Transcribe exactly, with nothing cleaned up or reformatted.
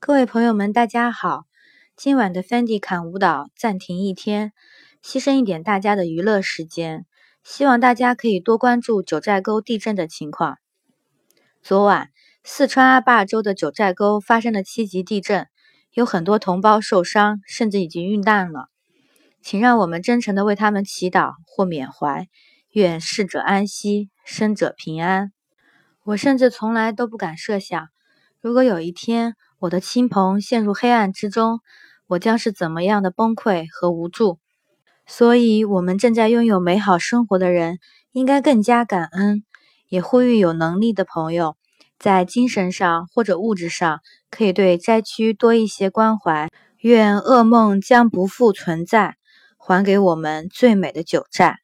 各位朋友们，大家好！今晚的 Fendi 侃舞蹈暂停一天，牺牲一点大家的娱乐时间，希望大家可以多关注九寨沟地震的情况。昨晚，四川阿坝州的九寨沟发生了七级地震，有很多同胞受伤，甚至已经遇难了。请让我们真诚地为他们祈祷或缅怀，愿逝者安息，生者平安。我甚至从来都不敢设想，如果有一天我的亲朋陷入黑暗之中，我将是怎么样的崩溃和无助。所以我们正在拥有美好生活的人应该更加感恩，也呼吁有能力的朋友在精神上或者物质上可以对灾区多一些关怀。愿噩梦将不复存在，还给我们最美的九寨。